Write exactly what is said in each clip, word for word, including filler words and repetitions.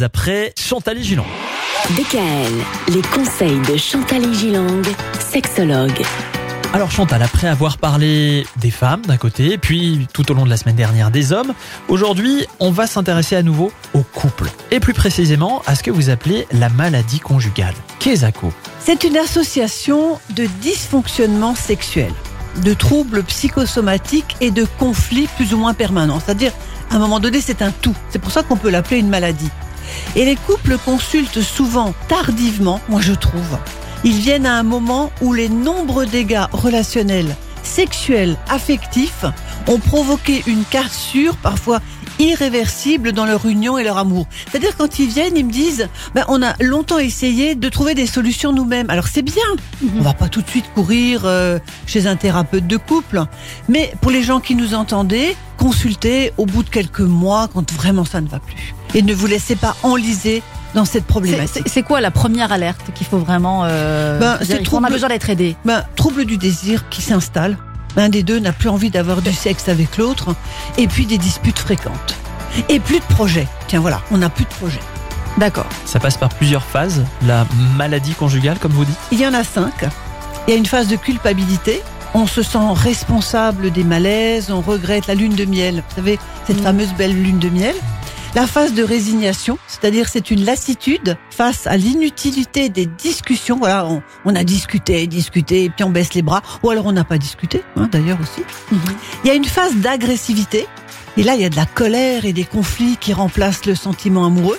minutes après Chantal et Gilang. D K L, les conseils de Chantal et Gilang, sexologue. Alors Chantal, après avoir parlé des femmes d'un côté, puis tout au long de la semaine dernière des hommes, aujourd'hui on va s'intéresser à nouveau au couple. Et plus précisément à ce que vous appelez la maladie conjugale. Qu'est-ce que C'est une association de dysfonctionnements sexuels, de troubles psychosomatiques et de conflits plus ou moins permanents. C'est-à-dire, à un moment donné, c'est un tout. C'est pour ça qu'on peut l'appeler une maladie. Et les couples consultent souvent tardivement, moi je trouve. Ils viennent à un moment où les nombreux dégâts relationnels, sexuels, affectifs ont provoqué une cassure parfois irréversible dans leur union et leur amour. C'est-à-dire quand ils viennent, ils me disent ben, on a longtemps essayé de trouver des solutions nous-mêmes. Alors c'est bien, mm-hmm. on va pas tout de suite courir euh, chez un thérapeute de couple, mais pour les gens qui nous entendaient, consultez au bout de quelques mois quand vraiment ça ne va plus. Et ne vous laissez pas enliser dans cette problématique. C'est, c'est, c'est quoi la première alerte qu'il faut vraiment euh, ben, dire, c'est trouble, on a besoin d'être aidé. Ben, trouble du désir qui s'installe. Un des deux n'a plus envie d'avoir du sexe avec l'autre. Et puis des disputes fréquentes. Et plus de projets. Tiens voilà, on n'a plus de projets. D'accord. Ça passe par plusieurs phases, la maladie conjugale comme vous dites ? Il y en a cinq. Il y a une phase de culpabilité. On se sent responsable des malaises, on regrette la lune de miel. Vous savez, cette mmh. fameuse belle lune de miel. La phase de résignation, c'est-à-dire c'est une lassitude face à l'inutilité des discussions. Voilà, on, on a discuté, discuté, et puis on baisse les bras. Ou alors on n'a pas discuté, hein, d'ailleurs aussi. Mm-hmm. Il y a une phase d'agressivité. Et là, il y a de la colère et des conflits qui remplacent le sentiment amoureux.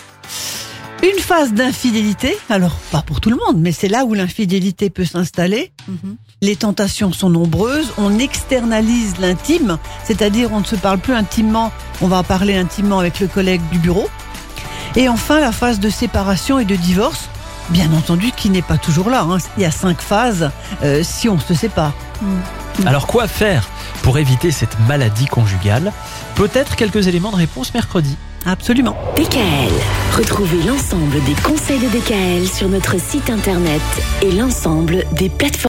Une phase d'infidélité. Alors, pas pour tout le monde, mais c'est là où l'infidélité peut s'installer. Mm-hmm. Les tentations sont nombreuses. On externalise l'intime, c'est-à-dire on ne se parle plus intimement. On va parler intimement avec le collègue du bureau. Et enfin, la phase de séparation et de divorce, bien entendu, qui n'est pas toujours là. Hein. Il y a cinq phases euh, si on se sépare. Mmh. Alors, quoi faire pour éviter cette maladie conjugale ? Peut-être quelques éléments de réponse mercredi. Absolument. D K L. Retrouvez l'ensemble des conseils de D K L sur notre site internet et l'ensemble des plateformes.